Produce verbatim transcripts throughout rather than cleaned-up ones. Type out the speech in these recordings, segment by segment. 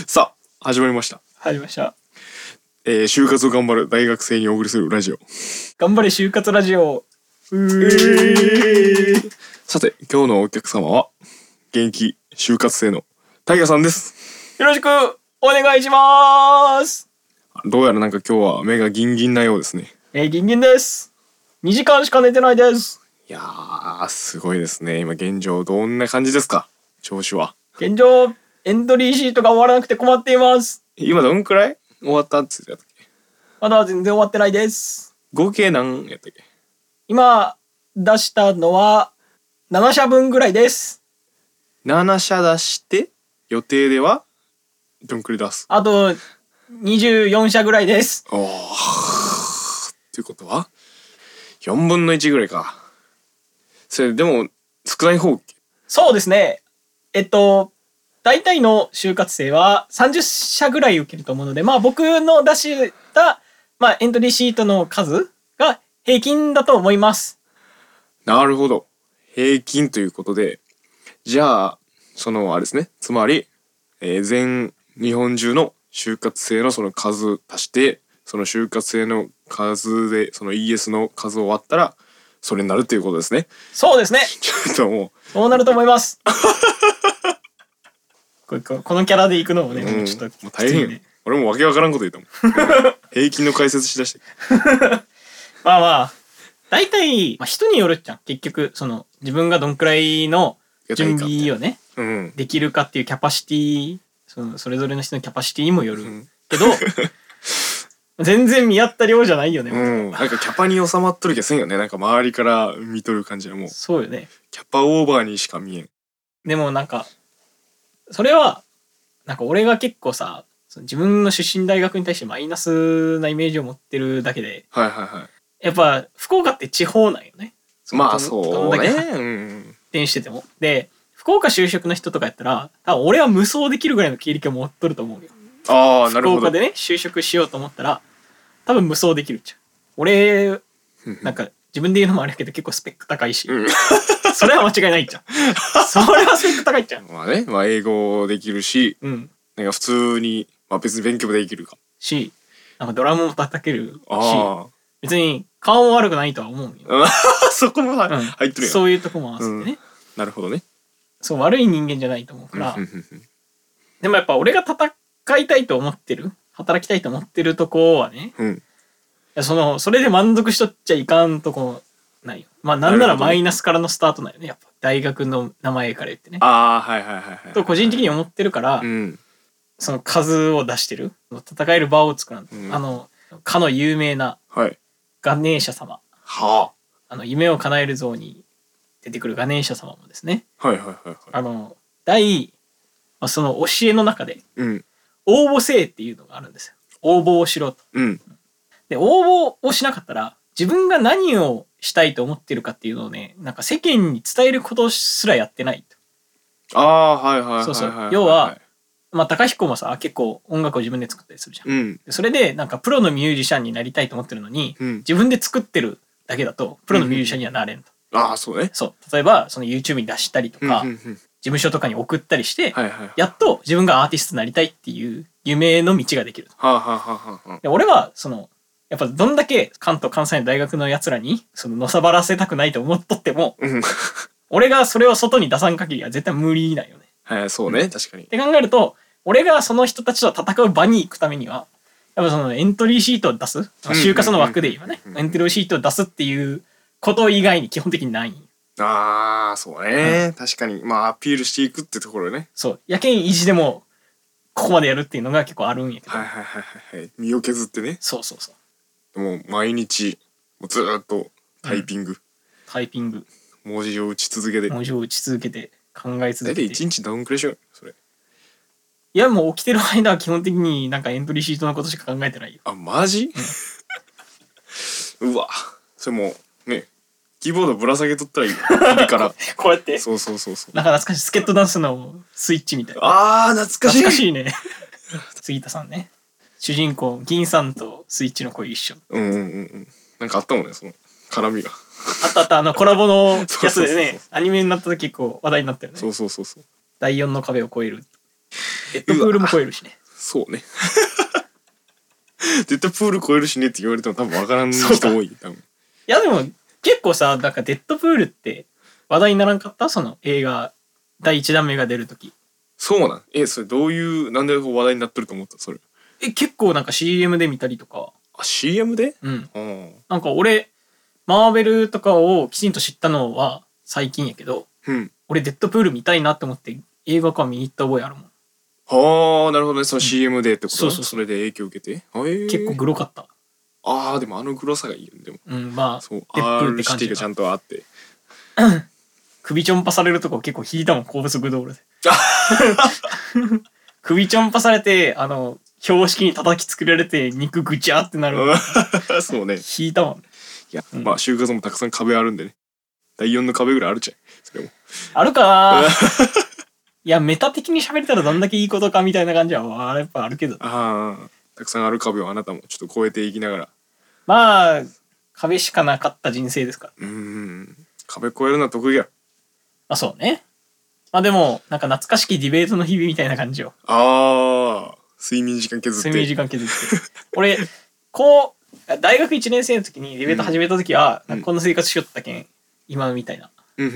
さあ始まりました。 始まりました。 えー、就活を頑張る大学生にお送りするラジオ。 頑張れ就活ラジオ。うー、 えー、さて今日のお客様は現役就活生のタイガさんです。 よろしくお願いします。 どうやらなんか今日は目がギンギンなようですね。 えー、ギンギンです。にじかんしか寝てないです。 いやーすごいですね。今現状どんな感じですか、調子は。 現状エントリーシートが終わらなくて困っています。 今どんくらい終わったっつってやったっけ。 まだ全然終わってないです。 合計何やったっけ。 今出したのはななしゃぶんぐらいです。 ななしゃ出して予定ではどんくらい出す。 あとにじゅうよんしゃぐらいです。 おーということはよんぶんのいちぐらいか。それでも少ない方。 そうですね。えっと大体の就活生はさんじゅっしゃぐらい受けると思うので、まあ僕の出した、まあ、エントリーシートの数が平均だと思います。 なるほど、平均ということで、じゃあそのあれですね、つまり、えー、全日本中の就活生のその数足して、その就活生の数でその イーエス の数を割ったらそれになるということですね。 そうですね。 ちょっともうそうなると思いますこ, このキャラでいくのもね、 うん、 もうちょっともう大変よ。俺もわけわからんこと言ったもん平均の解説しだしてまあまあ大体、まあ、人によるじゃん結局。その自分がどんくらいの準備をね、うん、できるかっていうキャパシティ、そのそれぞれの人のキャパシティにもよる、うん、けど全然見合った量じゃないよね、 うん、なんかキャパに収まっとる気がせんよね。なんか周りから見とる感じはもうそうよね。 キャパオーバーにしか見えん。 でもなんかそれはなんか俺が結構さ、自分の出身大学に対してマイナスなイメージを持ってるだけで、 はいはいはい。 やっぱ福岡って地方なんよね。 まあそうね。 どんだけ発展してても、うん、で福岡就職の人とかやったら多分俺は無双できるぐらいの経歴を持っとると思うよ。 ああ、なるほど。 福岡でね就職しようと思ったら多分無双できるじゃん。俺なんか自分で言うのもあれだけど結構スペック高いし、うん、それは間違いないじゃんそれはスペック高いじゃん。 まあね、まあ英語できるし、 うん、 なんか普通に、まあ、別に勉強もできるかし、なんかドラムも叩けるし、別に顔も悪くないとは思うよそこも入ってるよ、 そういうとこも合わせてね、うん、 なるほどね。 そう悪い人間じゃないと思うからでもやっぱ俺が戦いたいと思ってる、働きたいと思ってるとこはね、うん、いやそのそれで満足しとっちゃいかんとこないよ。まあなんならマイナスからのスタートなんよね、やっぱ大学の名前から言ってね。 ああ、はいはいはいはいと個人的に思ってるから、うん、その数を出してる、戦える場を作らん、うん、あのかの有名なガネーシャ様、 はあ、あの夢を叶える像に出てくるガネーシャ様もですね、 はいはいはいはい、 あの大、まあ、その教えの中で、うん、応募せえっていうのがあるんですよ。応募をしろと、うん、で応募をしなかったら自分が何をしたいと思ってるかっていうのをね、なんか世間に伝えることすらやってないと。 ああ、はいはいはいはい。 そうそう。要は、まあ高彦もさ、結構音楽を自分で作ったりするじゃん。うん、それでなんかプロのミュージシャンになりたいと思ってるのに、うん、自分で作ってるだけだとプロのミュージシャンにはなれんと。 うん、ああ、そうね。 そう。例えばその YouTube に出したりとか、うんうんうん、事務所とかに送ったりして、はいはいはい、やっと自分がアーティストになりたいっていう夢の道ができると。はあはあはあはあ、で俺はそのやっぱどんだけ関東関西の大学のやつらにそののさばらせたくないと思っとっても俺がそれを外に出さん限りは絶対無理だよね。 はい、そうね、確かに。 って考えると俺がその人たちと戦う場に行くためにはやっぱそのエントリーシートを出す、就活の枠で言えばね、エントリーシートを出すっていうこと以外に基本的にない。 ああ、そうね、うん、確かに。まあアピールしていくってところね。 そうやけん意地でもここまでやるっていうのが結構あるんやけど、 はいはいはいはい、身を削ってね。 そうそうそう。 もう毎日もうずっとタイピング、うん、 タイピング文字を打ち続けて文字を打ち続けて考え続けて。 大体いちにちどんくらいしようそれ。 いやもう起きてる間は基本的になんかエントリーシートのことしか考えてないよ。 あ、マジ、うん、うわ、それもうねキーボードぶら下げとったらいいよ首からこうやって。 そうそうそうそう。 なんか懐かしいスケットダンスのスイッチみたいな。 あー懐かしい。 懐かしいね杉田さんね、主人公銀さんとスイッチの声一緒。 うんうんうん。なんかあったもんね、その絡みが。 あったあった、あのコラボのやつでねアニメになった時結構話題になったよね。 そうそうそうそう。 だいよんの壁を越える。 デッドプールも超えるしね。 そうねデッドプール超えるしねって言われても多分分からん人多い多分。いやでも結構さ、なんかデッドプールって話題にならんかった？その映画だいいちだんめが出るとき。 そうなん？え、それどういうなんで話題になってると思った？それえ、結構なんか シーエム で見たりとか。 あ、シーエム で？ うん、うん、なんか俺マーベルとかをきちんと知ったのは最近やけど、うん、俺デッドプール見たいなって思って映画館見に行った覚えあるもん。 はあ、なるほどね。その シーエム でってこと、うん、そうそうそう。それで影響を受けて、 えー、結構グロかった。 ああ、でもあのグロさがいいよね。でも、 うん、まあそう、デップって感じがちゃんとあって首ちょんぱされるとこ結構引いたもん、鉱物ブドウで首ちょんぱされて、あの標識に叩きつけられて肉ぐちゃってなるそうね、 引いたもん。 いや、うん、まあ就活もたくさん壁あるんでね。だいよんの壁ぐらいあるじゃん。それもあるかないや、メタ的に喋れたらどんだけいいことかみたいな感じはやっぱあるけど、 ああ、たくさんある壁をあなたもちょっと越えていきながら。 まあ壁しかなかった人生ですから。 うん、壁越えるのは得意や。 あ、そうね。まあでもなんか懐かしきディベートの日々みたいな感じよ。 ああ、睡眠時間削って。 睡眠時間削って俺こう大学いちねん生の時にディベート始めた時は、うん、なんかこんな生活しよったけん今みたいな、うん、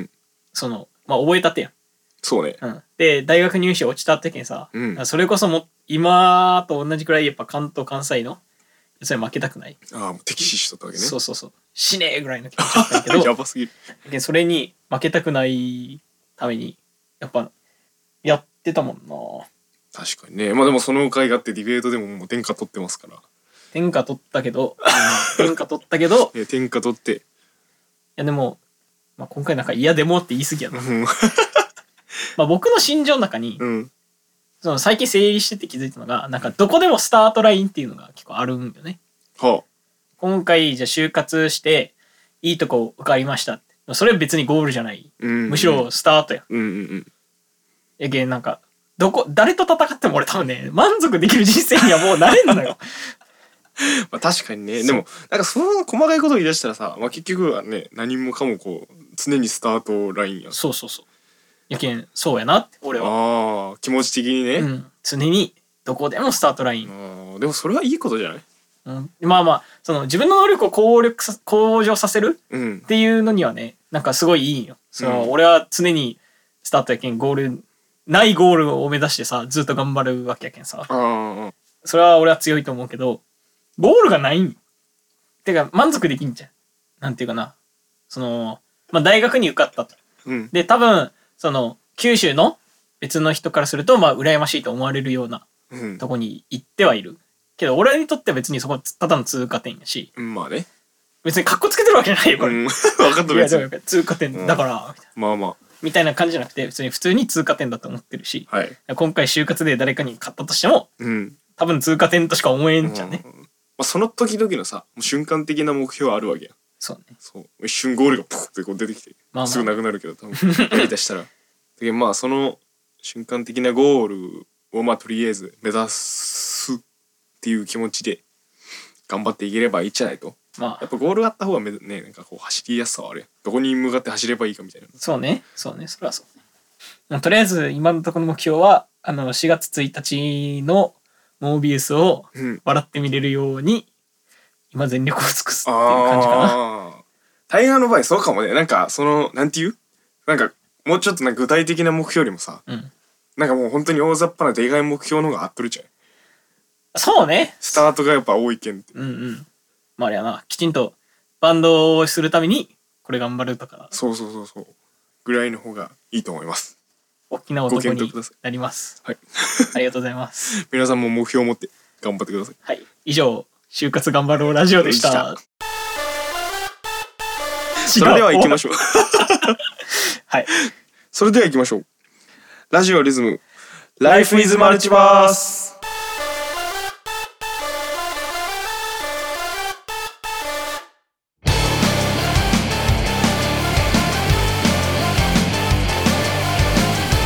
そのまあ覚えたてやん。 そうね、 うん、で大学入試落ちたってけんさ、うん、それこそも今と同じくらいやっぱ関東関西のそれ負けたくない。 ああ、もう敵視しとったわけね。 そうそうそう、死ねえぐらいの気持ちだったけどやばすぎる。 それに負けたくないためにやっぱやってたもんな。 確かにね。まあでもその回があってディベートでももう天下取ってますから。 天下取ったけど天下取ったけどいや天下取って、いやでも、まあ、今回なんか嫌でもって言い過ぎやなまあ僕の心情の中に、うん、その最近整理してて気づいたのが、なんかどこでもスタートラインっていうのが結構あるんよね。はあ、今回じゃあ就活していいとこ受かりましたって、それは別にゴールじゃない、うんうん、むしろスタートや。うんうんうん、やけんなんかどこ誰と戦っても俺多分ね満足できる人生にはもうなれんのよまあ確かにね。でもなんかその細かいことを言い出したらさ、まあ、結局はね何もかもこう常にスタートラインや。 そうそうそう。やけんそうやなって俺は。 ああ、気持ち的にね、 うん、常にどこでもスタートライン。 あ、でもそれはいいことじゃない？ うん、まあまあその自分の能力を向力さ向上させるっていうのにはね、なんかすごいいいんよ。その、うん、俺は常にスタートやけんゴールないゴールを目指してさずっと頑張るわけやけんさ。あ、それは俺は強いと思うけど、ゴールがないんてか満足できんじゃん。なんていうかな、そのまあ大学に受かったと、うん、で多分その九州の別の人からするとまあ羨ましいと思われるようなとこに行ってはいる、うん、けど俺にとっては別にそこただの通過点やし、 うん、まあね別にカッコつけてるわけじゃないよこれ、うん、分かった別に通過点だから、うん、 まあまあみたいな感じじゃなくて普通に普通に通過点だと思ってるし、はい、今回就活で誰かに勝ったとしても、うん、多分通過点としか思えんじゃんね、うん、まあ、その時々のさ瞬間的な目標はあるわけや。 そうね。 そう一瞬ゴールがプッてこう出てきて、まあまあ、すぐなくなるけど多分やりだしたらでまあその瞬間的なゴールをまあとりあえず目指すっていう気持ちで頑張っていければいいんじゃないと。まあやっぱゴールがあった方がね、なんかこう走りやすさはあるやん。どこに向かって走ればいいかみたいな。 そうねそうね、それはそうね。とりあえず今のところの目標はあのしがつついたちのモービウスを笑って見れるように、うん、今全力を尽くすっていう感じかな。 タイガーの場合そうかもね。なんかそのなんていうなんかもうちょっとなんか具体的な目標よりもさ、うん、なんかもう本当に大雑把なでかい目標の方が合っとるじゃん。 そうね。 スタートがやっぱ多いけんって。 うんうん。まああれやな、きちんとバンドをするためにこれ頑張るとか。 そうそうそうそう。ぐらいの方がいいと思います。 大きな男になります。はい。ありがとうございます。 皆さんも目標を持って頑張ってください。 はい。以上就活頑張ろうラジオでした。 それでは行きましょうはい、 それでは行きましょう。ラジオリズム Life is Multiverse。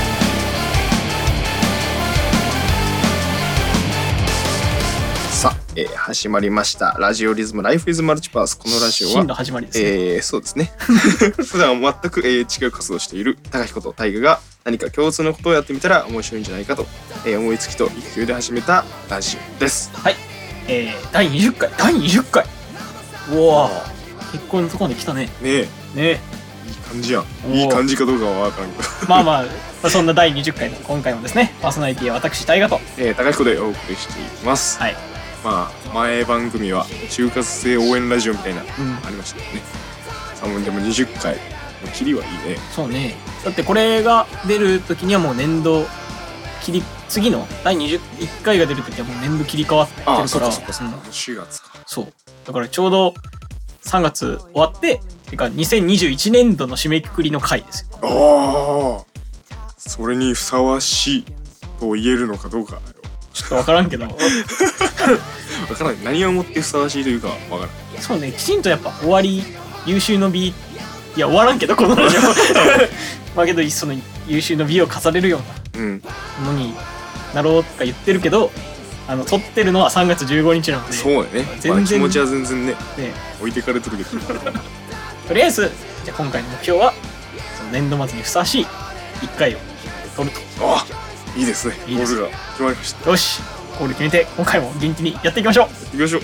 さあえー、始まりましたラジオリズムライフイズマルチバース。このラジオは真の始まりですね。 えー、そうですね普段は全く、えー、違う活動をしている高彦と大我が何か共通のことをやってみたら面白いんじゃないかと、えー、思いつきと勢いで始めたラジオです。 はい、えー、だいにじゅっかいだいにじゅっかいうわー結婚のところまで来たね。 ねえねえいい感じやん。いい感じかどうかは分からんけどまあまあ、まあ、そんなだいにじゅっかいの今回もですね、パーソナリティは私大我と、 えー、高彦でお送りしていきます。 はい。 まあ前番組は就活生応援ラジオみたいな、うん、ありましたよね。さんでもにじゅっかいの切りはいいね。 そうね。だってこれが出る時にはもう年度切り次のだいにじゅういっかいが出る時はもう年度切り替わってるから。ああそうかそうかそうか、うん、 しがつか。 そうだからちょうどさんがつ終わっててかにせんにじゅういちねんどの締めくくりの回ですよ。 ああそれにふさわしいと言えるのかどうかちょっと分からんけど分からない。何をもってふさわしいというか分からない。 そうね、きちんとやっぱ終わり優秀の美、いや終わらんけどこのラジオまあけどその優秀の美を飾れるようなものになろうとか言ってるけど、あの撮ってるのはさんがつじゅうごにちなので。 そうだね、全然、まあ、気持ちは全然 ね, ね置いてかれてるけどとりあえずじゃあ今回の目標はその年度末にふさわしいいっかいを取ると。 あいいですね。ゴールが決まりました。 よしゴール決めて今回も元気にやっていきましょう。やっていきましょう。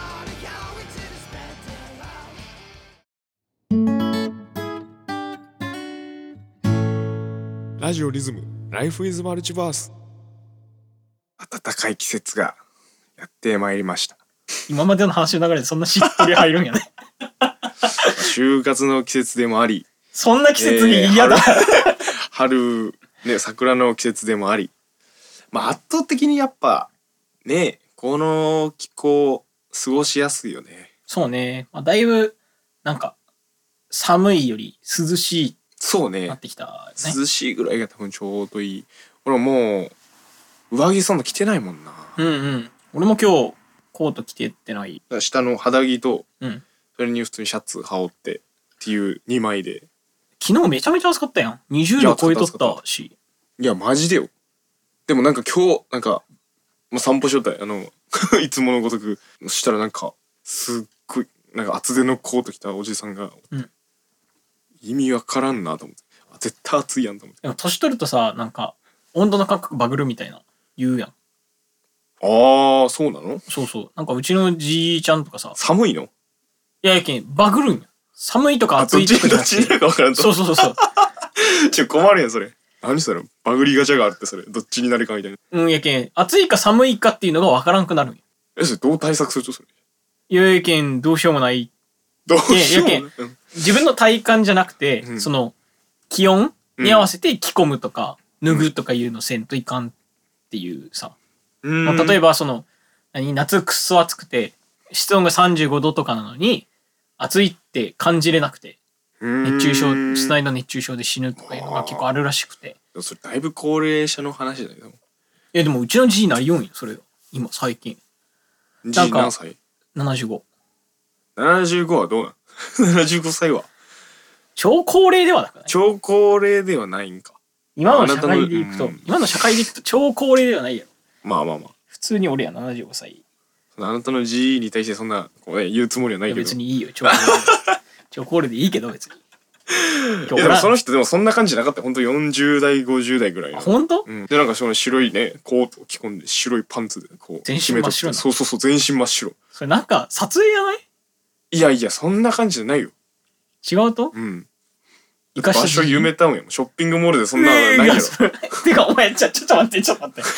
ラジオリズムライフイズマルチバース。暖かい季節がやってまいりました。 今までの話の流れでそんなしっとり入るんやね就活の季節でもあり、 そんな季節に嫌だ、えー、 春, 春ね桜の季節でもあり、まあ圧倒的にやっぱねこの気候過ごしやすいよね。 そうね、まあ、だいぶなんか寒いより涼しい。 そうね、 なってきたね。涼しいぐらいが多分ちょうどいい。俺もう上着そんな着てないもんな。 うんうん。俺も今日コート着てってない。 下の肌着と、 うん、 それに普通にシャツ羽織ってっていうにまいで。 昨日めちゃめちゃ暑かったやん。にじゅうど超えとったし。 いやマジでよ。でもなんか今日なんか、まあ、散歩しよったよ。あのいつものごとくしたらなんかすっごいなんか厚手のコート着たおじさんが、うん、意味わからんなと思って。絶対暑いやんと思って。 でも年取るとさなんか温度の感覚バグるみたいな言うやん。 ああそうなの。 そうそう。なんかうちのじいちゃんとかさ。 寒いの。 いややけんバグるんや。寒いとか暑いとかじゃなくて。 どっちになるか分からんと。 そうそうそうそうちょ困るやんそれ。何それバグりガチャがあるってそれどっちになるかみたいな。 うんやけん暑いか寒いかっていうのが分からんくなるんや。 えそれどう対策するとそれ。 いややけんどうしようもない。 どうしようもない。 自分の体感じゃなくて、うん、その気温に合わせて着込むとか、うん、脱ぐとかいうのせんといかんっていうさ。うん、まあ、例えばその何夏くっそ暑くて室温がさんじゅうごどとかなのに暑いって感じれなくて熱中症室内の熱中症で死ぬとかいうのが結構あるらしくて。 それだいぶ高齢者の話だけど。いやでもうちのじいなりよんよそれ今最近。 じい何歳？ ななじゅうご。 ななじゅうごはどうなん？ななじゅうごさいは超高齢ではなくない？ 超高齢ではないんか。 今の社会でいくと、うん、今の社会でいくと超高齢ではないやろ。 まあまあまあ。 普通に俺やななじゅうごさい。 あなたのじいに対してそんなこう、ね、言うつもりはないけど。 別にいいよ超高齢超高齢でいいけど別に。 いやでもその人でもそんな感じじゃなかった。本当よんじゅうだいごじゅうだいぐらいの。 本当？ うん。でなんかその白いねコートを着込んで白いパンツでこう全身真っ白な。 そうそうそう全身真っ白。 それなんか撮影やない？ いやいやそんな感じじゃないよ。 違うと？ うん。場所夢タウンやもん。ショッピングモールでそんなのないやろ。 てかお前ちょちょっと待ってちょっと待って。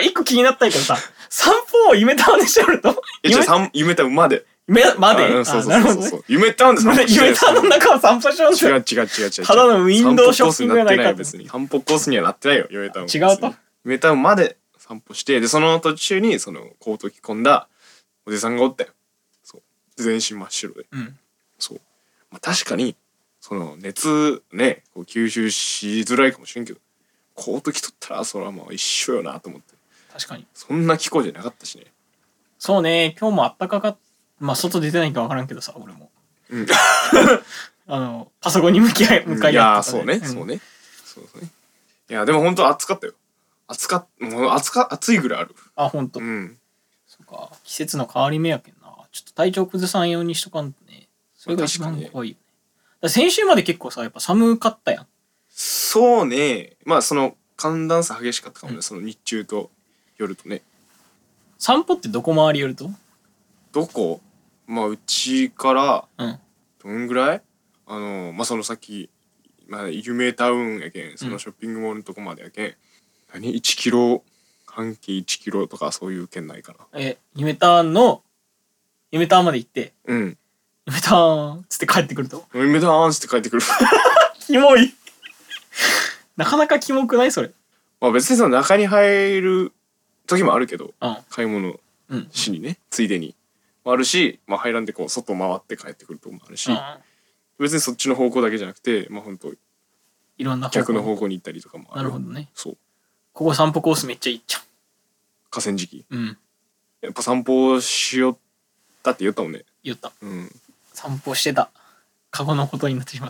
一個気になったんやけどさ散歩を夢タウンでしてると？ えじゃあ夢タウンまで。 夢まで？ そうそうそうそう。夢タウンで散歩してる。 夢タウンの中を散歩しよう違う違う違う違う。 ただのウィンドウショッピングやないか。 別に散歩コースにはなってないよ夢タウン。 違うと？ 夢タウンまで散歩してでその途中にそのコート着込んだおじさんがおったよ。そう全身真っ白で。 うん。 そう。まあ確かに。その熱ねこう吸収しづらいかもしれんけどコート着とったらそれはもう一緒よなと思って。 確かにそんな気候じゃなかったしね。 そうね今日もあったかかっまあ外出てないか分からんけどさ俺も、うん、あのパソコンに向き合い向かい合ってた、ね、 いやそうね、うん、そうねそうですね。いやでも本当暑かったよ。暑かもう暑か暑いぐらいある。 あ本当。 うんそうか、季節の変わり目やけんな。ちょっと体調崩さんようにしとかんとね。それが一番怖いよね。だ先週まで結構さ、やっぱ寒かったやん。 そうね。まあその寒暖差激しかったかもね、うん、その日中と夜とね。 散歩ってどこ回り寄ると？ どこ？まあうちからうん、 どんぐらい？あのまあそのさっき、まあ、夢タウンやけん、そのショッピングモールのとこまでやけん、うん、何いちキロ半径いちキロとかそういう圏内かな。 え夢タウンの夢タウンまで行って、 うん、 夢タウンっつって帰ってくると。 夢タウンっつって帰ってくる。 キモい。なかなかキモくないそれ。 まあ別にその中に入る時もあるけど、 うん、 買い物しにね、うん、ついでにもあるし、まあ、入らんでこう外回って帰ってくるとこもあるし、うん、別にそっちの方向だけじゃなくて、まあ本当いろんな逆の方向に行ったりとかもある。 なるほどね。 そう。 ここ散歩コースめっちゃいいじゃん。 河川敷。 うん。 やっぱ散歩しよったって言ったもんね。 言った。 うん。 散歩してた。過去のことになってしまった。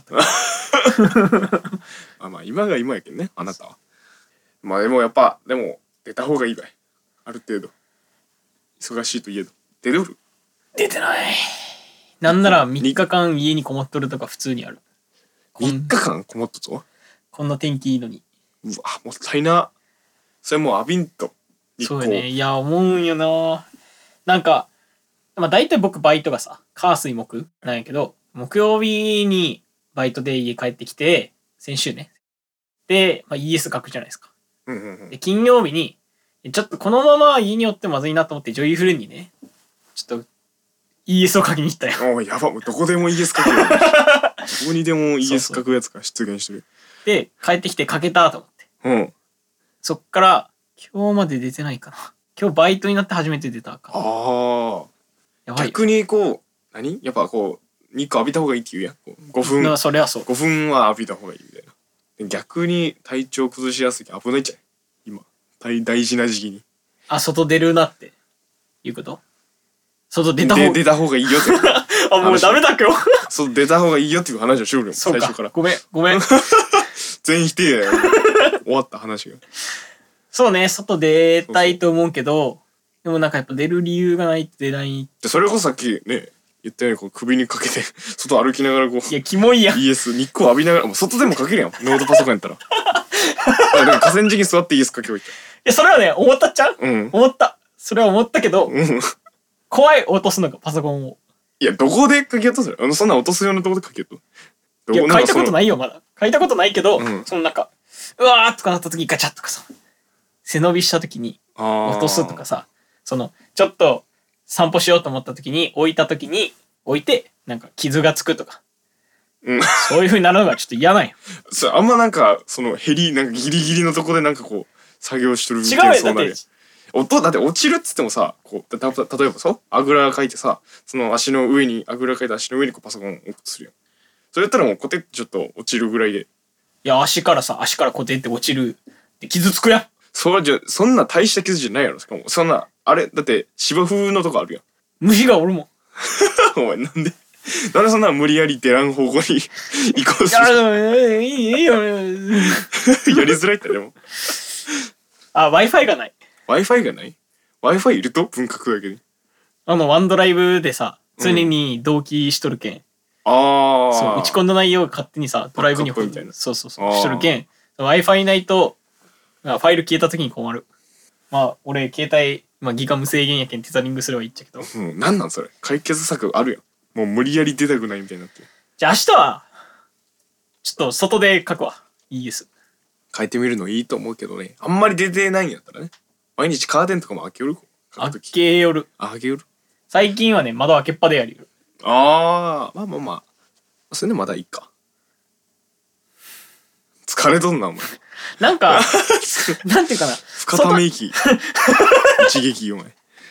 あまあ今が今やけんね、あなたは。まあでもやっぱでも出た方がいいばい。ある程度忙しいといえど出ておる？ 出てない。なんならみっかかん家にこもっとるとか普通にある。 みっかかんこもっとと？ こんな天気いいのに。 うわもったいな。それもう浴びんと。 そうよね。いや思うんよな。なんかまあ大体僕バイトがさ火水木なんやけど、木曜日にバイトで家帰ってきて先週ねで、まあ、イーエス 書くじゃないですか。 うんうんうん、 で金曜日にちょっとこのまま家におってまずいなと思ってジョイフルにねちょっと イーエス を書きに行ったよ。 おやば、どこでも イーエス 書くよ。どこにでも イーエス 書くやつが出現してる。 で帰ってきて書けたと思って、 うん、 そっから今日まで出てないかな。今日バイトになって初めて出たか。 ああ。逆にこう何やっぱこう日光浴びた方がいいって言うやん。こうごふん。 それはそう。 ごふんは浴びた方がいいみたいな。逆に体調崩しやすい危ないじゃん。今大大事な時期に。 あ外出るなっていうこと？外出た方が出た方がいいよって。 あもうダメだ今日。 外出た方がいいよっていう話をしよるよ最初から。 ごめんごめん。 全否定だよ。終わった話が。 そうね外出たいと思うけど。そうそうでもなんかやっぱ出る理由がないと出ない。 それこそさっきね言ったようにこう首にかけて外歩きながらこういやキモいやんイーエス 日光浴びながらもう外でもかけるやんノートパソコンやったらあでも河川敷に座って イーエス かけおいて。いやそれはね思ったっちゃう、 うん、 思ったそれは思ったけど、 うん、 怖い落とすのかパソコンを。 いやどこでかけようとするあのそんな落とすようなとこでかけようと。 いや書いたことないよまだ書いたことないけど、うん、そのなんかうわーとかなった時ガチャッとかさ背伸びした時に落とすとかさそのちょっと散歩しようと思った時に置いた時に置いてなんか傷がつくとか、うん、そういう風になるのがちょっと嫌なんよ。 それあんまなんかそのヘリなんかギリギリのとこでなんかこう作業してるみたいな。 違うよだって音だって落ちるっつってもさこうたた例えばそうあぐらかいてさその足の上にあぐらかいて足の上にこうパソコンを置くとするよ。それやったらもうコテってちょっと落ちるぐらいで。いや足からさ足からコテって落ちるって傷つくやん。 それじゃそんな大した傷じゃないやろ。しかもそんなあれだって芝生のとこあるやん。 虫がおるもん。 お前なんでなんでそんな無理やり出らん方向に移行する。いいいいよ。やりづらいってでも。 あ Wi-Fi がない。 Wi-Fi がない ?Wi-Fi いると文革だけで。 あのワンドライブでさ常に同期しとるけん。うん、 ああ。 そう打ち込んだ内容が勝手にさドライブにみたいな。 そうそうそうしとるけん。Wi-Fi ないとファイル消えた時に困る。まあ俺携帯まあギガ無制限やけんテザリングすればいいっちゃけど。 うん、なんなんそれ解決策あるやん。もう無理やり出たくないみたいになって。 じゃあ明日はちょっと外で書くわ。いいです。 書いてみるのいいと思うけどね。あんまり出てないんやったらね。毎日カーテンとかも開けよる。 開けよる。 あ開けよる。 最近はね窓開けっぱでやるよ。 ああまあまあまあ。それでまだいいか。疲れとんなお前。 なんかなんていうかな深ため息一撃お前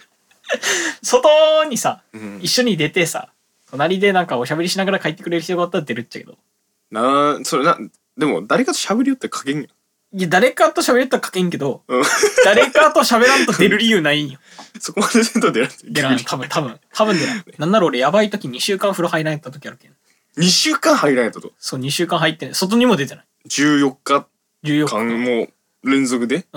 外にさ、うん、一緒に出てさ隣でなんかおしゃべりしながら帰ってくれる人がおったら出るっちゃけどなそれなでも誰かとしゃべりよって書けんやん。 いや誰かとしゃべりよったら書けんけど、うん、誰かとしゃべらんと出る理由ないんよ。 そこまでせんと出らん出らん多分多分多分出らんなんなら俺やばい時にしゅうかん風呂入らんやった時あるけん。 にしゅうかん入らんやったと。 そうにしゅうかん入ってない外にも出てない。 じゅうよっかじゅうよっか間も連続で、 うん、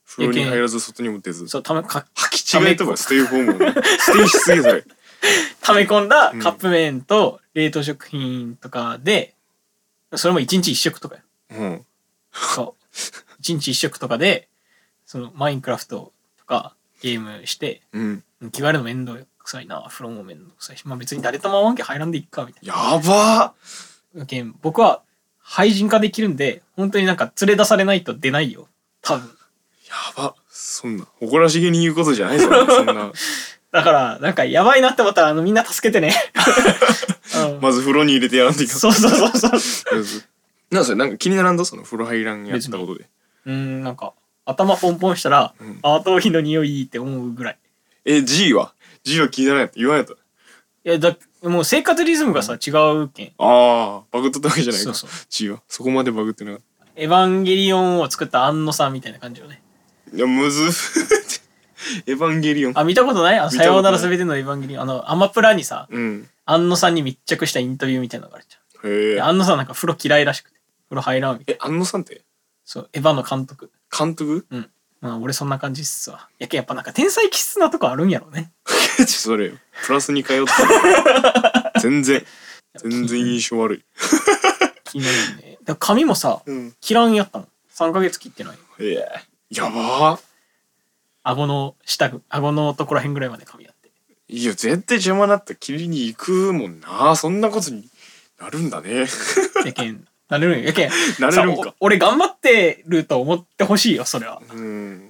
風呂に入らず外にも出ず。 そう、ためか履き違いとかステイホームをステイしすぎそれ。 溜め込んだカップ麺と冷凍食品とかで、うん、それも一日一食とかよ。うん。そう。一日一食とかで、そのマインクラフトとかゲームして、うん、着替えるの面倒くさいな、風呂も面倒くさいし、まあ別に誰とも会わんけ入らんでいっかみたいな。 やばー。僕は廃人化できるんで、本当になんか連れ出されないと出ないよ。多分。 やば。そんな誇らしげに言うことじゃないぞ。そんな。 だからなんかやばいなって思ったらあのみんな助けてね。 うん、まず風呂に入れてやらんといかん。 そうそうそうそう。 なんそれなんか気にならんとその風呂入らんやったことで。 うん、なんか頭ポンポンしたら、うん、あ頭皮の匂いって思うぐらい。 え G は G は気にならんやった言わんやった。いやだもう生活リズムがさ、うん、違うけん。 ああバグっとったわけじゃないか。そうそう G はそこまでバグってなかった。 エヴァンゲリオンを作った安野さんみたいな感じよね。 いやむずエヴァンゲリオン。 あ見たことない？あさようならすべてのエヴァンゲリオン。あのアマプラにさ、うん、安野さんに密着したインタビューみたいなのがあるじゃん。へえ。安野さんなんか風呂嫌いらしくて風呂入らんみたいな。 え安野さんって？ そうエヴァの監督。 監督？ うん。まあ俺そんな感じっすわ。やけやっぱなんか天才気質なとこあるんやろうね。 それプラスに通って全然全然印象悪い。 気になるね。だ髪もさ、うん、切らんやったの。さんかげつ切ってない。 ええー、やばー。 顎の下顎のところへんぐらいまで髪やって。 いや絶対邪魔なったら切りに行くもんな。そんなことになるんだね。 やけんなれるんやけん。 なれるんか。 俺頑張ってると思ってほしいよそれは。うん。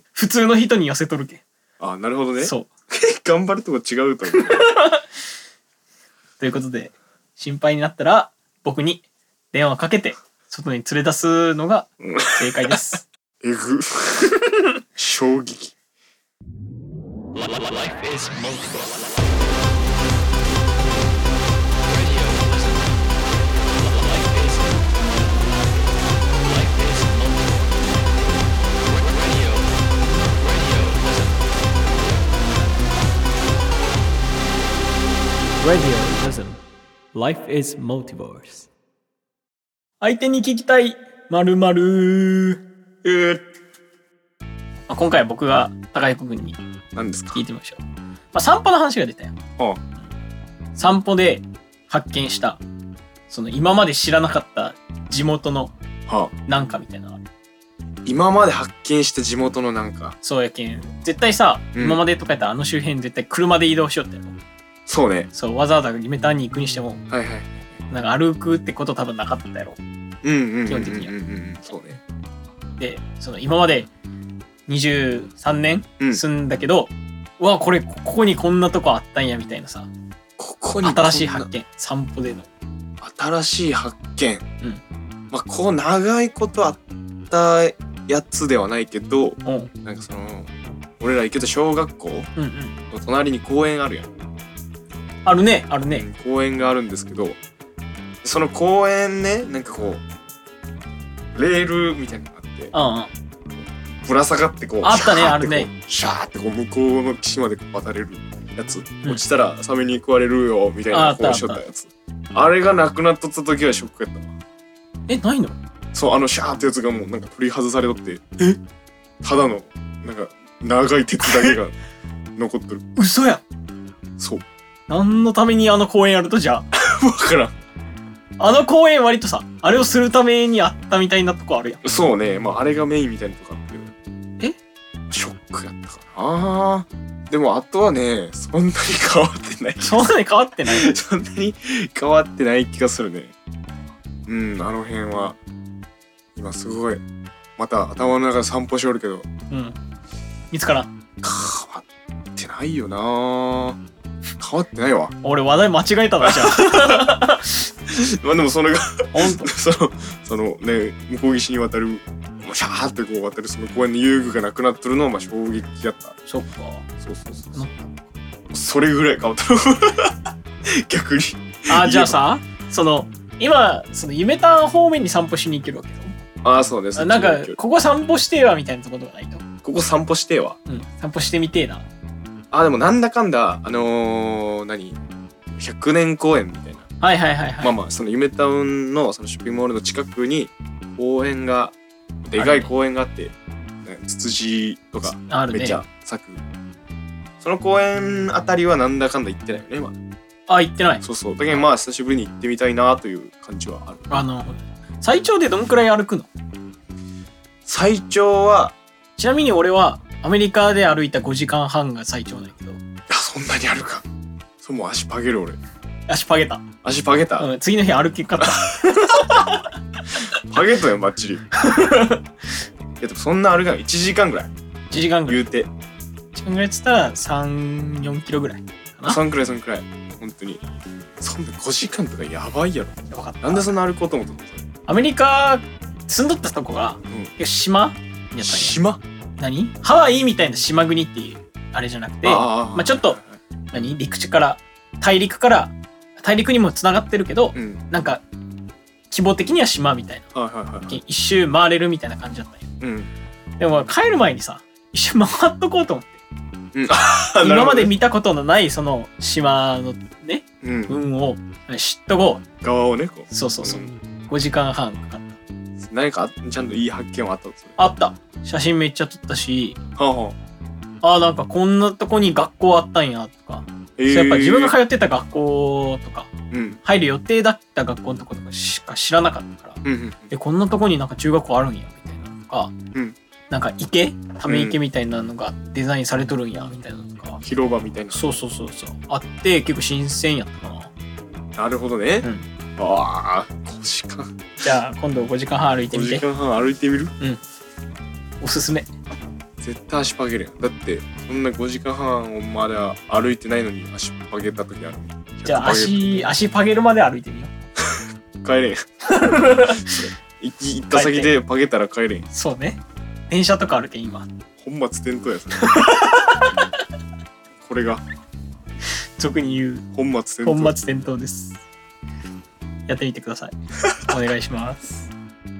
普通の人に寄せとるけん。 あなるほどね。 そう。 頑張るとこ違うと思う。 ということで心配になったら僕に電話かけて外に連れ出すのが正解です。 えぐ。衝撃。 Radio Listen. Life is Multiverse. 相手に聞きたい〇〇。えー、あ今回は僕が高彦君に聞いてみましょう。まあ、散歩の話が出たよ。ああ散歩で発見したその今まで知らなかった地元のなんかみたいなのある。 今まで発見した地元のなんか。 そうやけん絶対さ、うん、今までとかやったらあの周辺絶対車で移動しようってやろ。 そうね。 そうわざわざ夢ターンに行くにしても、 はいはい、 なんか歩くってこと多分なかったやろ。 うんうん基本的には。 うんうん、そうね。 でその今までにじゅうさんねん住んだけど、うん、うわこれここにこんなとこあったんやみたいなさ。 ここに新しい発見。散歩での新しい発見。うん。まあこう長いことあったやつではないけど、うん、なんかその俺ら行けた小学校の隣に公園あるやん。 あるねあるね、 うん、公園があるんですけどその公園ねなんかこうレールみたいなのがあって、うんうん、ぶら下がってこうあったねあるねシャーってこう向こうの岸まで渡れるやつ、うん、落ちたらサメに食われるよみたいなこうしょったやつ あ, あれがなくなっとった時はショックやったわ。 えないの？ そうあのシャーってやつがもうなんか取り外されとってえただのなんか長い鉄だけが残っとる。 嘘や。 そう何のためにあの公園やるとじゃあ分からん。 あの公園割とさあれをするためにあったみたいなとこあるやん。 そうねまああれがメインみたいなとこあってえショックやったかな。でもあとはねそんなに変わってない。 そんなに変わってないそんなに変わってない気がするね。うんあの辺は今すごいまた頭の中で散歩しおるけどうん見つからん。変わってないよな。変わってないわ。 俺話題間違えたなじゃあ。 まあでもそれがそのそのね向こう岸に渡るシャーってこう渡るその公園の遊具がなくなってるのはまあ衝撃だった。 そっか。 そうそうそうそう。それぐらい変わったの。逆に。 あじゃあさその今その夢ターン方面に散歩しに行けるわけよ。 ああそうです。 なんかここ散歩してえわみたいなことがないと。 ここ散歩してえわ。 うん散歩してみてえな。 あでもなんだかんだあのー、何ひゃくねん公園みたいな。 はいはいはいはい。 まあまあその夢タウンのそのショッピングモールの近くに公園がでかい公園があって、ね、 ツツジとかあるねめっちゃ咲く、その公園あたりはなんだかんだ行ってないよね今。 あ、行ってない。 そうそう、だけどまあ久しぶりに行ってみたいなという感じはある。 あの最長でどんくらい歩くの？ 最長はちなみに俺はアメリカで歩いたごじかんはんが最長なんだけど。 あ、そんなにあるか。そう、もう足パゲる俺。 足パゲた。 足パゲた、 うん、次の日歩きかったパゲたよバッチリ。いやでもそんな歩かない。いちじかんぐらい。 いちじかんぐらい。 言うて。 いちじかんぐらいっつったらさん、よんキロぐらいかな。 そんくらいそんくらい。本当に。そんなごじかんとかやばいやろ。 やばかった。 なんでそんな歩こうと思ったのそれ。 アメリカ住んどったとこが、うん、島やったんや。 島？ 何？ハワイみたいな島国っていうあれじゃなくて、あまあちょっと、はいはい、何陸地から大陸から大陸にもつながってるけど、うん、なんか規模的には島みたいな、はいはいはい、一周回れるみたいな感じだったんよ、うん、でも帰る前にさ一周回っとこうと思って、うん、今まで見たことのないその島のね、うん、運を知っとこう側をねこうそうそうそう、うん、ごじかんはんかかった。 何かちゃんといい発見はあったんですか？ あった。写真めっちゃ撮ったし、 はあはあ、あなんかこんなとこに学校あったんやとか、えー、やっぱ自分が通ってた学校とか、うん、入る予定だった学校のとことかしか知らなかったから、うんうん、でこんなとこになんか中学校あるんやみたいなのとか、うん、なんか池ため池みたいなのがデザインされとるんやみたいなのとか、 広場みたいな、 そうそうそうそうあって結構新鮮やったかな。 なるほどね。うん、ああごじかん。 じゃあ今度ごじかんはん歩いてみて。 ごじかんはん歩いてみる？ うん。おすすめ。 絶対足パゲるやん。だってそんなごじかんはんをまだ歩いてないのに足パゲた時ある。 じゃあ足足パゲるまで歩いてみよう。帰れん。行った先でパゲたら帰れん。 そうね。電車とかあるけん今。 本末転倒やそれ。これが俗に言う本末転倒。 本末転倒です。やってみてください。お願いします。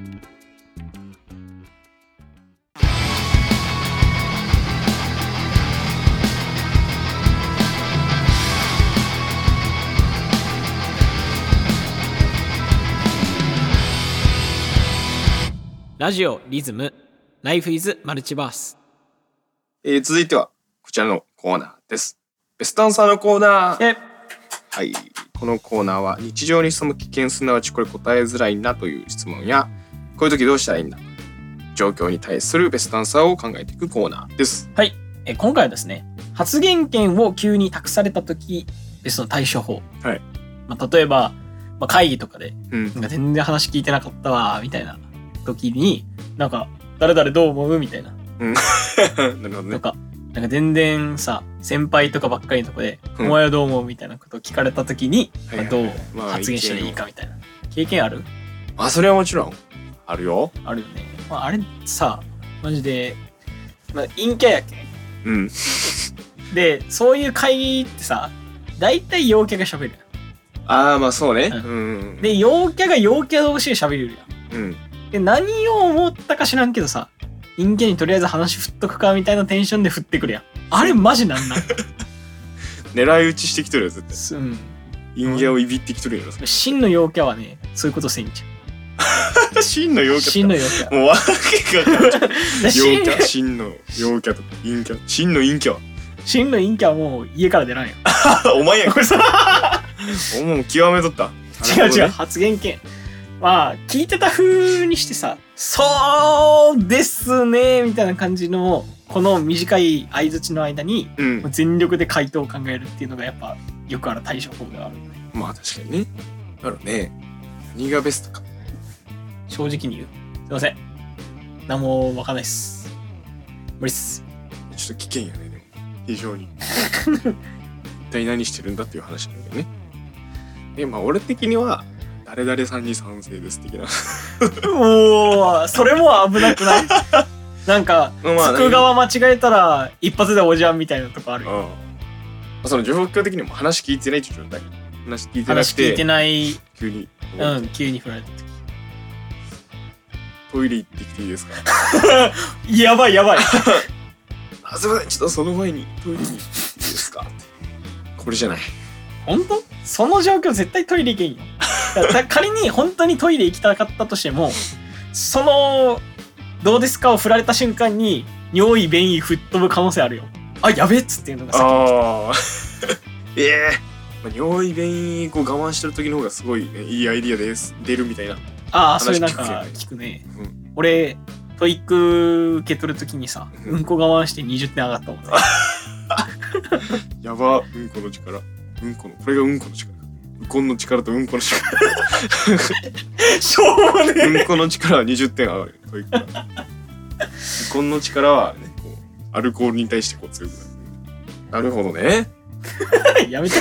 ラジオリズム Life is マルチバース、 えー、続いてはこちらのコーナーです。ベストアンサーのコーナー。はい、このコーナーは日常に潜む危険、すなわちこれ答えづらいなという質問や、こういう時どうしたらいいんだ状況に対するベストアンサーを考えていくコーナーです。 はい、え今回はですね、発言権を急に託された時ベストの対処法、はい、まあ、例えば、まあ、会議とかで、うん、なんか全然話聞いてなかったわみたいな時になんか誰々どう思うみたいな、うん、なるほどね。とかなんか全然さ先輩とかばっかりのとこで、うん、お前はどう思うみたいなことを聞かれた時に、まあ、どう発言したらいいかみたいな、まあ、経験ある？ まあそれはもちろんあるよ。 あるよね。まあ、あれさマジで、まあ、陰キャやけん、うん、でそういう会議ってさ大体陽キャが喋るやん。 ああまあそうね、うんうん、で陽キャが陽キャ同士で喋るやん、うん、で何を思ったか知らんけどさ陰キャにとりあえず話振っとくかみたいなテンションで振ってくるやん。あれマジなんなん狙い撃ちしてきとるよ絶対、うん、陰キャをいびってきとるやろ。 真の陽キャはねそういうことせんじゃん。真の陽キャ真の陽キャもうわけが陽キャ真の陽キャと陰キャ真の陰キャは真の陰キャはもう家から出らんよ。 お前やこれさお前も極めとった。 違う違う、発言権まあ聞いてた風にしてさそうですねみたいな感じのこの短い相槌の間に、うん、全力で回答を考えるっていうのがやっぱよくある対処法ではあるよね。 まあ確かにね。あるね。何がベストか正直に言う。すいません何もわかんないっす。無理っす。 ちょっと危険やね。でも非常に一体何してるんだっていう話なんだよね。でまあ俺的には誰々さんに賛成です的なおおそれも危なくない？なんか、まあ、つく側間違えたら一発でおじゃんみたいなとこあるよ。 あその状況的にも話聞いてないって状態。話聞いてなくて話聞いてない急にうん急に振られた時トイレ行ってきていいですか？ やばいやばいあすいませんちょっとその前にトイレに行っていいですかってこれじゃない。 本当？その状況絶対トイレ行けんよ。仮に本当にトイレ行きたかったとしてもそのどうですかを振られた瞬間に尿意便意吹っ飛ぶ可能性あるよ。あ、やべっつっていうのが先。 ああええー、尿意便意こう我慢してる時の方がすごい、ね、いいアイディアです出るみたいな。 ああ、それなんか聞くね。うん、俺トイック受け取る時にさ、うん、うんこ我慢してにじゅってん上がったもんね。 やば、うんこの力。うんこのこれがうんこの力。ウコンの力とうんこの力。 しょうもねえ。 うんこの力はにじゅってん上がる。トイックは。ウコンの力はね、こうアルコールに対してこう強くなる。なるほどね。 やめて。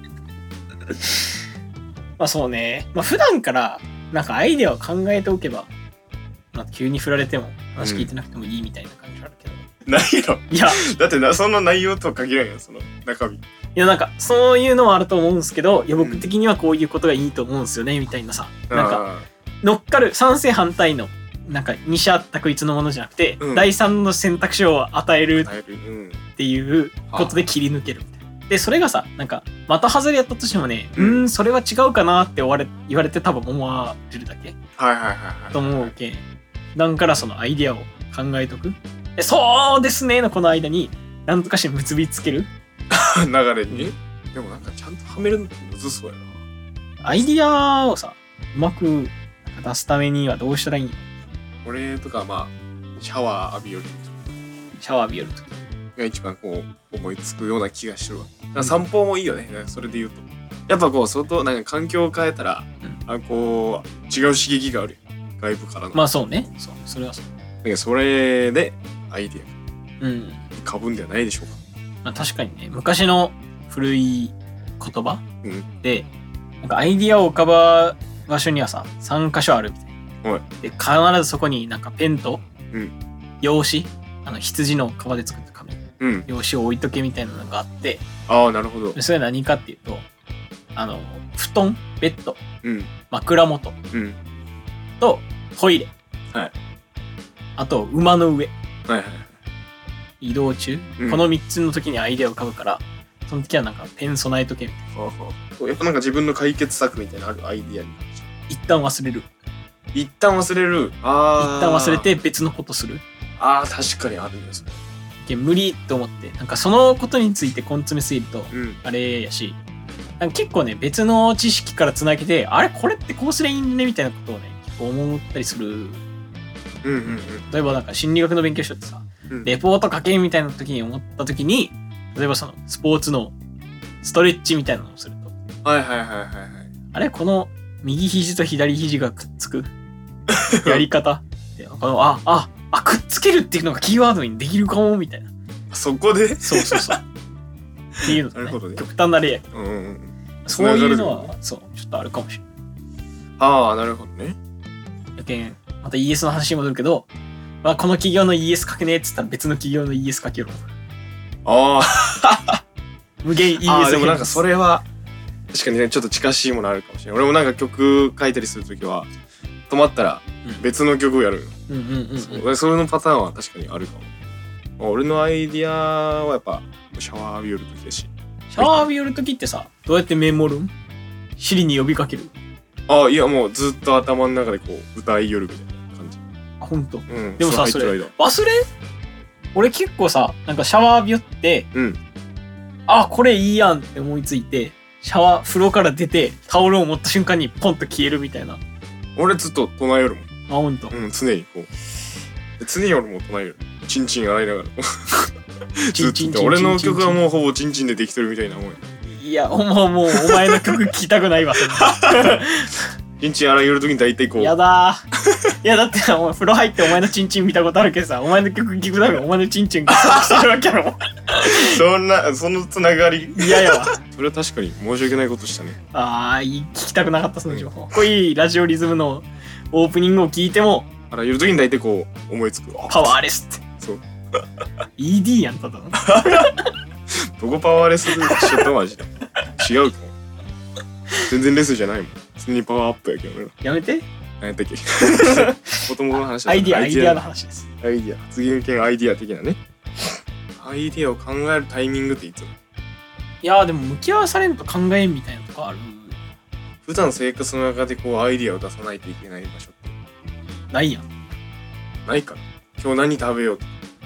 まあそうね。まあ普段からなんかアイデアを考えておけば、まあ、急に振られても話聞いてなくてもいいみたいな感じはあるけど。 うん、ないの？いや、だってなその内容とは限らんよ、その中身。いやなんかそういうのはあると思うんですけど、いや僕的にはこういうことがいいと思うんですよねみたいなさ、うん、なんか乗っかる賛成反対のなんか二者択一のものじゃなくて、うん、第三の選択肢を与えるっていうことで切り抜けるみたいな。でそれがさなんか的外れやったとしてもね、うん、うんそれは違うかなって言われ言われて多分思われるだけと思うけん。だからそのアイディアを考えとく。でそうですねのこの間に何とかして結びつける流れに。でもなんかちゃんとはめるのってむずそうやな。 アイディアをさうまく出すためにはどうしたらいいの？ 俺とかまあシャワー浴びよるシャワー浴びよるときが一番こう思いつくような気がしてるわ。だから散歩もいいよね。それで言うとやっぱこう外なんか環境を変えたら、うん、あこう違う刺激がある外部からの。 まあそうね。そうそれはそう。 だからそれでアイディアうんかぶんではないでしょうか。 まあ、確かにね昔の古い言葉、 うん、 でなんかアイディアを浮かば場所にはささん箇所あるみたいな。で必ずそこになんかペンと、 うん、 用紙あの羊の皮で作った紙、 うん、 用紙を置いとけみたいなのがあって、 ああなるほど。 それは何かっていうとあの布団ベッド、 うん、 枕元、 うん、 とトイレ、 はい、 あと馬の上、 はいはい、 移動中、うん、このみっつの時にアイデアを浮かぶからその時はなんかペン備えとけみたいな。はあ、やっぱなんか自分の解決策みたいなのあるアイディアに一旦忘れる。 一旦忘れる。あ一旦忘れて別のことする。 ああ確かにあるんですね。 無理と思ってなんかそのことについて根詰めすぎるとあれやし、うん、なんか結構ね別の知識からつなげてあれこれってこうすりゃいいんねみたいなことをね結構思ったりする。 うんうんうん。 例えばなんか心理学の勉強しとってさ、うん、レポート書けみたいな時に思った時に例えばそのスポーツのストレッチみたいなのをすると、 はいはいはいはいはい。 あれこの右肘と左肘がくっつくやり方ってああああくっつけるっていうのがキーワードにできるかもみたいな。 そこでそうそうそうっていうのと、ね、 なるほどね、 極端な例やけど、 うんうん、 そういうのはそうちょっとあるかもしれない。 ああなるほどね。 やけんまた イーエス の話に戻るけど、まあ、この企業の イーエス 書けねえっつったら別の企業の イーエス 書けろ。 ああ無限 イーエスあでもなんかそれは確かにねちょっと近しいものあるかもしれない。俺もなんか曲書いたりするときは止まったら別の曲をやる。 うんうんうんうん、 そうそれのパターンは確かにあるかも。俺のアイディアはやっぱシャワー浴びよるときだし。 シャワー浴びよるときってさどうやってメモるん？シリに呼びかける？ ああいやもうずっと頭の中でこう歌いよるみたいな感じ。 あほんと、 うん、 でもさそれ忘れ？俺結構さなんかシャワー浴びよって、 うん、 あこれいいやんって思いついてシャワー風呂から出てタオルを持った瞬間にポンと消えるみたいな。 俺ずっと唱えよるもん。 あほんと、 うん、常にこう常に俺も唱える。チンチン洗いながらずっと俺の曲はもうほぼチンチンでできてるみたいなもん。 いやもうもうお前の曲聴きたくないわそんなチンチン洗いよるときに大体こうやだーいやだってお前風呂入ってお前のチンチン見たことあるけどさお前の曲聴くためにお前のチンチンがしてるわけやろそんなそのつながりいやいやそれは確かに申し訳ないことしたね。 あー聞きたくなかったその情報。かっこいいラジオリズムのオープニングを聞いても洗いよるときに大体こう思いつくパワーレスってそうイーディー やんただのどこパワーレスしちゃったマジで違うかも。全然レスじゃないもん。普通にパワーアップやけどね。 やめて。 何やったっけもともとの話だ。 アイディアアイディアの話です。 アイディア発言系アイディア的なね。アイディアを考えるタイミングっていつ？ いやーでも向き合わされんと考えんみたいなとこある。 普段生活の中でこうアイディアを出さないといけない場所ってないやん。 ないかな。今日何食べようと。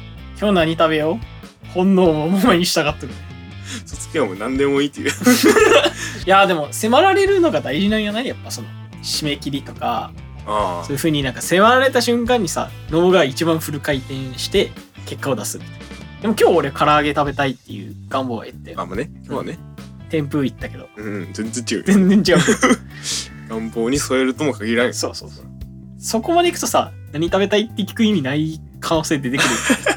今日何食べよう本能をままに従ってる。 そつけはもう何でもいいっていう。 いやでも迫られるのが大事なんやない？やっぱその締め切りとか、あそういう風になんか迫られた瞬間にさ、脳が一番フル回転して結果を出すみたいな。でも今日俺唐揚げ食べたいっていう願望が言って。 あんまね、今日はね。 天風行ったけど。 うん、全然違う。 全然違う。 願望に添えるとも限らない。 そうそうそう。そこまで行くとさ、何食べたいって聞く意味ない可能性出てくる。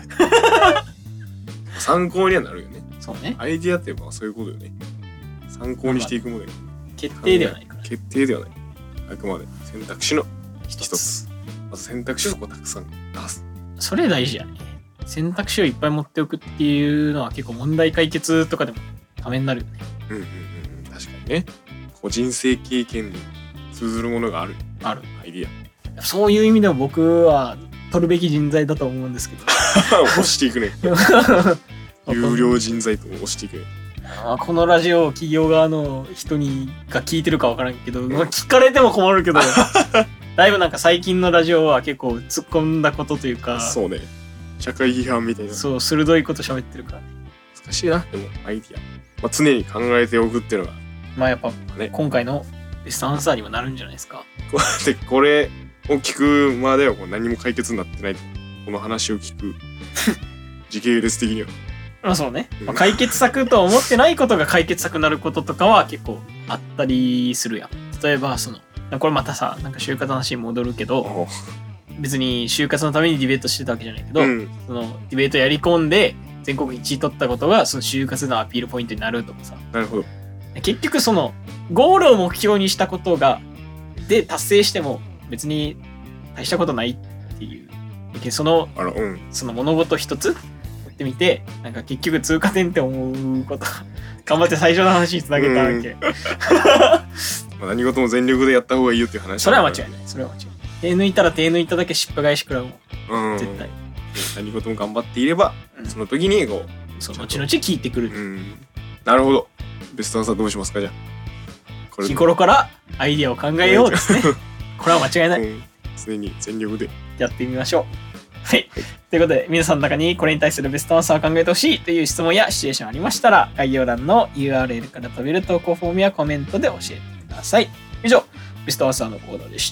参考にはなるよね。 そうね。 アイディアってまあそういうことよね。参考にしていくものよ。 決定ではないから。 決定ではない。あくまで選択肢の一つ。まず選択肢をこうたくさん出す。 それ大事やね。選択肢をいっぱい持っておくっていうのは結構問題解決とかでもためになるよね。 うんうんうん。確かにね。個人性経験に通ずるものがある。 ある。 アイディア。そういう意味でも僕は取るべき人材だと思うんですけど。 押していくね。有料人材と押していくね。 あこのラジオを企業側の人にが聞いてるか分からんけど、まあ、聞かれても困るけどだいぶなんか最近のラジオは結構突っ込んだことというかそうね社会批判みたいなそう鋭いこと喋ってるからね難しいなでもアイディア、まあ、常に考えておくっていうのがまあやっぱ、ね、今回のベストアンサーにもなるんじゃないですかでこれを聞くまではこう何も解決になってないこの話を聞く時系列的にはまあそうね、まあ、解決策と思ってないことが解決策になることとかは結構あったりするやん。例えばそのこれまたさなんか就活の話に戻るけど別に就活のためにディベートしてたわけじゃないけど、うん、そのディベートやり込んで全国いちい取ったことがその就活のアピールポイントになるとかさ。 なるほど。 結局そのゴールを目標にしたことがで達成しても別に大したことないっていうその、 あら、うん、 その物事一つってみてなんか結局通過点って思うこと頑張って最初の話につなげたわけまあ何事も全力でやった方がいいよっていう話それは間違いないそれは間違いない手抜いたら手抜いただけ失敗返し食らうもん、うん、絶対何事も頑張っていれば、うん、その時にこうその後々聞いてくる、 うん、なるほどベストアンサーどうしますかじゃあこれ日頃からアイディアを考えようですねこれは間違いない、うん、 常に全力でやってみましょうはい、はい、ということで皆さんの中にこれに対するベストアンサーを考えてほしいという質問やシチュエーションありましたら概要欄の ユーアールエル から飛べる投稿フォームやコメントで教えてください。以上ベストアンサーのコーナーでした。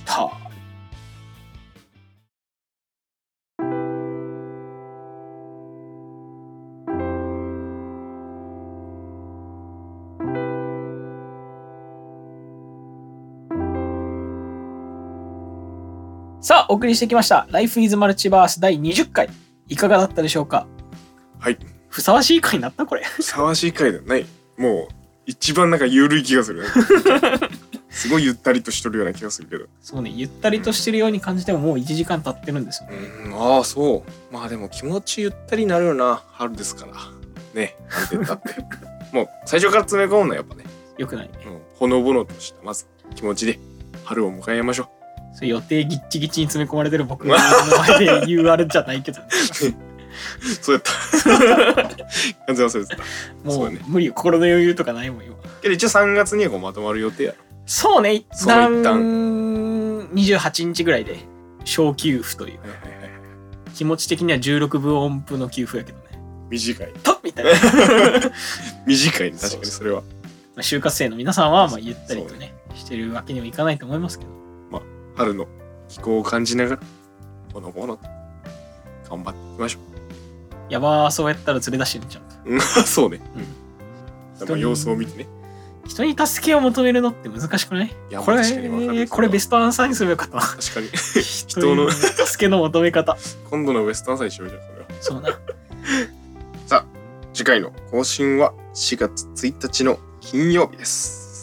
さあお送りしてきました Life is Multiverse だいにじゅっかいいかがだったでしょうか。 はいふさわしい回になったこれふさわしい回だないもう一番なんか緩い気がする、ね、すごいゆったりとしとるような気がするけどそうねゆったりとしてるように感じてももういちじかん経ってるんですよね。 うんああそうまあでも気持ちゆったりになるよな春ですからねなんて言ったってもう最初から詰め込むのはやっぱねよくないね、 うん、ほのぼのとしたまず気持ちで春を迎えましょう。 それ予定ギッチギチに詰め込まれてる僕の前で言うあれじゃないけど、ね、 そうやった完全忘れてたもう、ね、無理よ心の余裕とかないもん今けど一応さんがつにはこうまとまる予定やろ。 そうね一旦にじゅうはちにちぐらいで小給付という、はいはいはい、気持ち的にはじゅうろくぶ音符の給付やけどね短いとみたいな短いね確かにそれはまあ、就活生の皆さんはまあゆったりとねしてるわけにはいかないと思いますけどまあ春の気候を感じながらこのもの頑張っていきましょう。 やばーそうやったら連れ出してるんちゃうそうね、うん、まあ様子を見てね人に助けを求めるのって難しくない？いやこれ、ね、これベストアンサーにすればよかったな。 確かに人の助けの求め方今度のベストアンサーにしようじゃんそれは。 そうなさあ次回の更新はしがつついたちの金曜日です。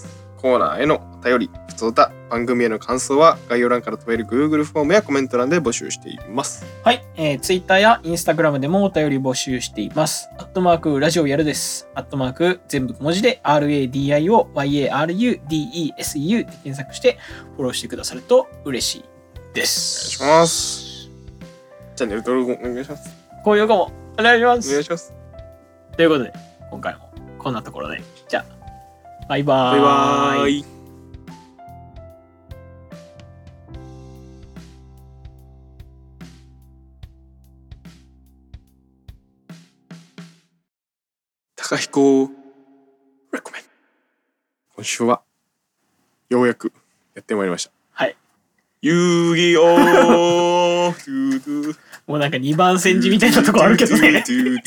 コーナーへのお便りふつおた番組への感想は概要欄から飛べる Google フォームやコメント欄で募集しています。 はい、えー、Twitter や Instagram でもお便り募集しています。アットマークラジオやるです。アットマーク全部小文字で アールエーディーアイオーワイエーアールユーディーイーエスユー で検索してフォローしてくださると嬉しいです。 お願いします。チャンネル登録お願いします。 高評価もお願いします。 お願いします。 ということで今回もこんなところでじゃあバイバーイ。 バイバーイ。 彦レコメン。今週はようやくやってまいりました。 はい。 遊戯王もうなんかにばん戦時みたいなとこあるけどね。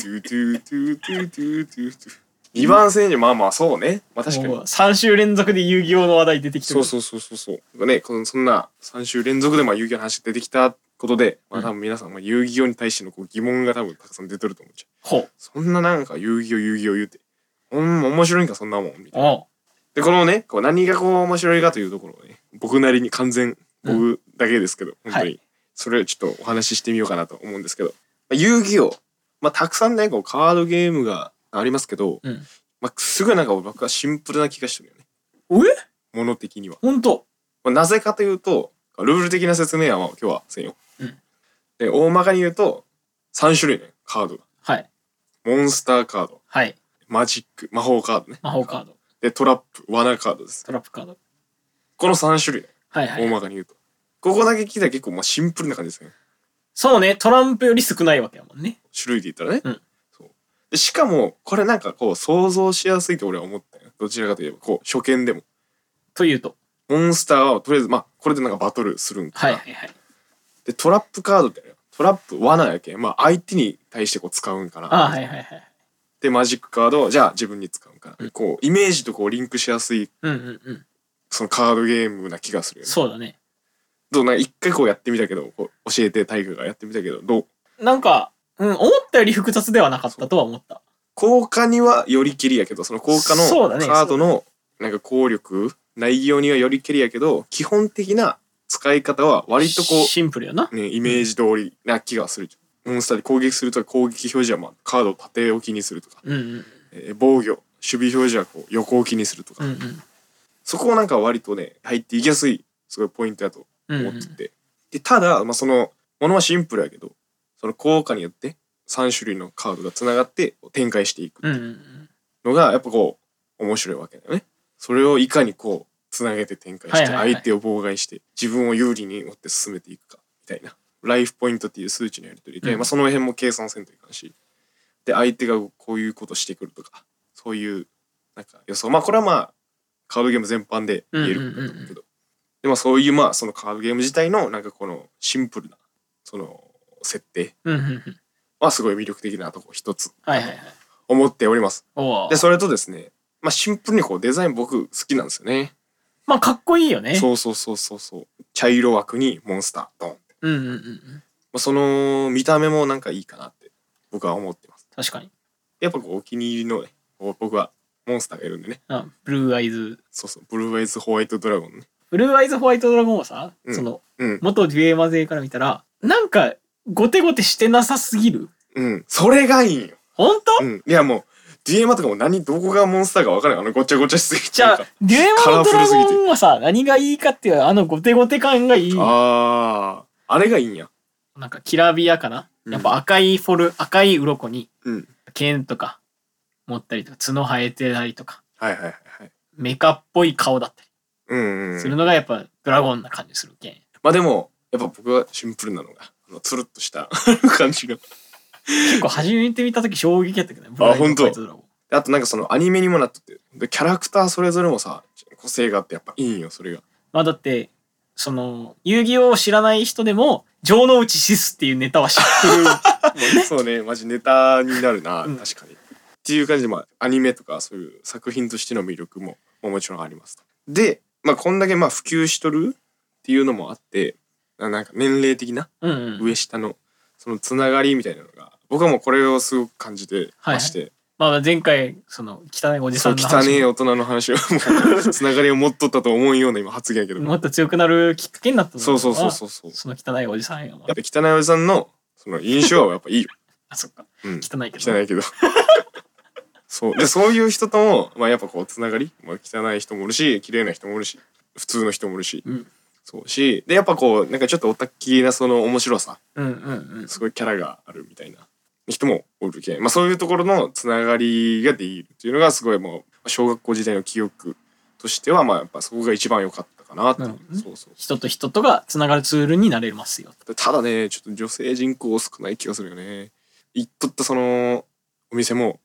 にばん戦時、まあまあそうね。まあ確かに。 さん週連続で遊戯王の話題出てきてる。 そうそうそうそうそう。ね、このそんなさん週連続でまあ遊戯王の話出てきたことで、まあ多分皆さん、まあ遊戯王に対してのこう疑問が多分たくさん出てると思うじゃん。ほう。そんななんか遊戯王遊戯王言うて、ほんま面白いんかそんなもんみたいな。で、このね、こう何がこう面白いかというところをね、僕なりに完全、僕だけですけど、うん、本当に、それをちょっとお話ししてみようかなと思うんですけど、遊戯王、まあたくさんね、こうカードゲームがありますけど、うん、まあすぐなんか僕はシンプルな気がしてるよね。え？もの的には。 本当？ まあ、なぜかというと、ルール的な説明はまあ今日はせんよ。うん、で、大まかに言うと、さん種類ね、カードが。はい。モンスターカード。はい。マジック、魔法カードね。 魔法カード。 で、トラップ、罠カードです。 トラップカード。 このさん種類。はいはい。大まかに言うと。ここだけ聞いたら結構まあシンプルな感じですね。 そうね、トランプより少ないわけやもんね。 種類で言ったらね。うん。そう。で、しかも、これなんかこう想像しやすいと俺は思ったよ。どちらかといえば、こう、初見でも。 というと。 モンスターはとりあえず、まあ、これでなんかバトルするんかな。はいはいはい。で、トラップカードってトラップ、罠やけん。まあ、相手に対してこう使うんかな。あ、はいはいはい。で、マジックカードを、じゃあ自分に使うんかな。うん、こう、イメージとこうリンクしやすい、うんうんうん、そのカードゲームな気がするよね。 そうだね。 どうなんか一回こうやってみたけど、こう教えて大河がやってみたけど、どう？なんか、うん、思ったより複雑ではなかったとは思った。 効果にはよりきりやけど、その効果のカードのなんか効力、内容にはよりきりやけど、基本的な使い方は割とこうシンプルやな、 ね、イメージ通りな気がする。モンスターで攻撃すると攻撃表示はまあカードを縦置きにするとか、うんうん、えー、防御守備表示はこう横置きにするとか、うんうん、そこをなんか割とね入っていきやすいすごいポイントだと思ってて、うんうん、でただ、まあ、そのものはシンプルやけど、その効果によってさん種類のカードがつながって展開していくっていうのがやっぱこう面白いわけだよね。それをいかにこうつなげて展開して相手を妨害して自分を有利に持って進めていくかみたいな、ライフポイントっていう数値のやり取りで、うん、まあ、その辺も計算せんといかんし、で相手がこういうことしてくるとかそういうなんか予想、まあこれはまあカードゲーム全般で言えることだと思うけど、でもそういうまあそのカードゲーム自体のなんかこのシンプルなその設定はすごい魅力的なとこ一つ思っております。でそれとですね、まあシンプルにこうデザイン僕好きなんですよね。 まあかっこいいよね。 そうそうそうそうそう。茶色枠にモンスタードンって。うんうんうんうん。まあ、その見た目もなんかいいかなって僕は思ってます。 確かに。 やっぱこうお気に入りのね、僕はモンスターがいるんでね。 あ、ブルーアイズ。 そうそう、ブルーアイズホワイトドラゴンね。 ブルーアイズホワイトドラゴンはさ、うん、その、うん、元デュエマ勢から見たら、なんかゴテゴテしてなさすぎる。 うん、それがいいんよ。 本当？ うん、いやもう。デュエマとかも何どこがモンスターか分からない。あのごちゃごちゃしすぎて。 じゃあデュエマのドラゴンはさ何がいいかっていうあのゴテゴテ感がいい。 ああ、あれがいいんや。 なんかきらびやかな、うん、やっぱ赤いフォル赤い鱗に、うん、剣とか持ったりとか角生えてたりとか、はいはいはいはい、メカっぽい顔だったり、うんうん、するのがやっぱドラゴンな感じするけん。 まあでもやっぱ僕はシンプルなのがあのつるっとした感じが。 結構初めて見た時衝撃やったけどね。 あ、本当。あとなんかそのアニメにもなってて、でキャラクターそれぞれもさ個性があってやっぱいいんよそれが。 まあだってその遊戯王を知らない人でも城之内シスっていうネタは知ってるもんね。 そうね、マジネタになるな、うん、確かに。っていう感じでまあアニメとかそういう作品としての魅力ももちろんありますと。で、まあこんだけまあ普及しとるっていうのもあって、なんか年齢的な上下のそのつながりみたいなのが。僕はもうこれをすごく感じてまして、はいはい、 まあ前回その汚いおじさんの話、汚い大人の話をもうつながりを持っとったと思うような今発言やけど、 もっと強くなるきっかけになったのはそうそうそうそうそう、 その汚いおじさんや、 やっぱ汚いおじさんのその印象はやっぱいいよ。 あ、そっか、うん、汚いけど汚いけどそうでそういう人ともまあやっぱこうつながり、まあ、汚い人もおるし綺麗な人もおるし普通の人もおるし、うん、そうしでやっぱこうなんかちょっとオタッキーなその面白さ、うんうんうん、すごいキャラがあるみたいな人もおるけん、まあ、そういうところのつながりができるっていうのがすごいもう小学校時代の記憶としてはまあやっぱそこが一番良かったかなって、うん、 そうそう、人と人とがつながるツールになれますよ。 ただねちょっと女性人口少ない気がするよね。行っとったそのお店も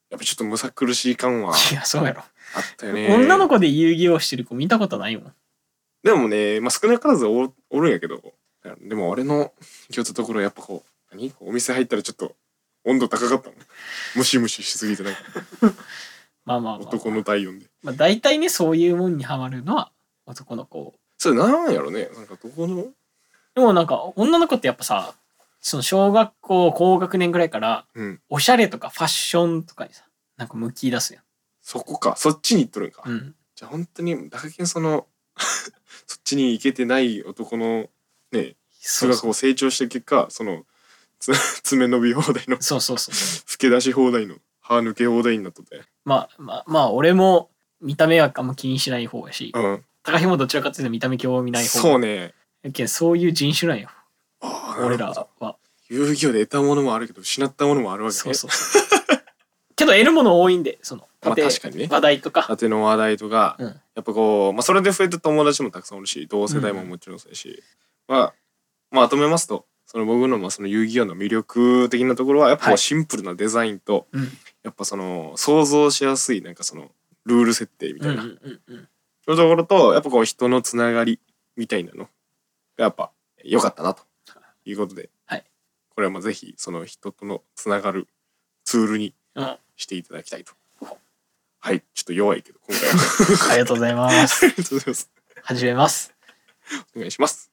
やっぱちょっとむさ苦しい感はいやそうやろあったよね。 女の子で遊戯王してる子見たことないもん。 でもね、まあ、少なからず お, おるんやけど、でも俺の共通ところはやっぱこう何お店入ったらちょっと温度高かったもん。ムシムシしすぎてなんかまあまあまあ、まあ、 男の体温で。 まあ大体ねそういうもんにハマるのは男の子。 それなんやろね。なんかどこの。 でもなんか女の子ってやっぱさ、その小学校高学年ぐらいから、うん、おしゃれとかファッションとかにさなんか向き出すやん。 そこか、そっちに行っとるんか。 うん、 じゃあ本当にだけそのそっちに行けてない男のね、数学を成長した結果、そのつ爪伸び放題のそうそうそう老け出し放題の歯抜け放題になっとって。 まあまあまあ俺も見た目はあんま気にしない方やし、うん、高木もどちらかっていうと見た目興味ない方。 そうね。 やけんそういう人種なんよ。俺らは。 遊戯王で得たものもあるけど失ったものもあるわけね。 そうそうそうけど得るもの多いんで、その縦、まあ、確かにね、話題とか縦の話題とか、うん、やっぱこう、まあ、それで増えた友達もたくさんおるし、同世代ももちろんそうやし、うん、まあまとめますと、その僕のまあその遊戯王の魅力的なところはやっぱシンプルなデザインと、はい、やっぱその想像しやすいなんかそのルール設定みたいな、うんうんうん、そういうところとやっぱこう人のつながりみたいなのがやっぱ良かったなということで、はい、これはまあぜひその人とのつながるツールにしていただきたいと、うん、はいちょっと弱いけど今回はありがとうございますありがとうございます。 始めます。 お願いします。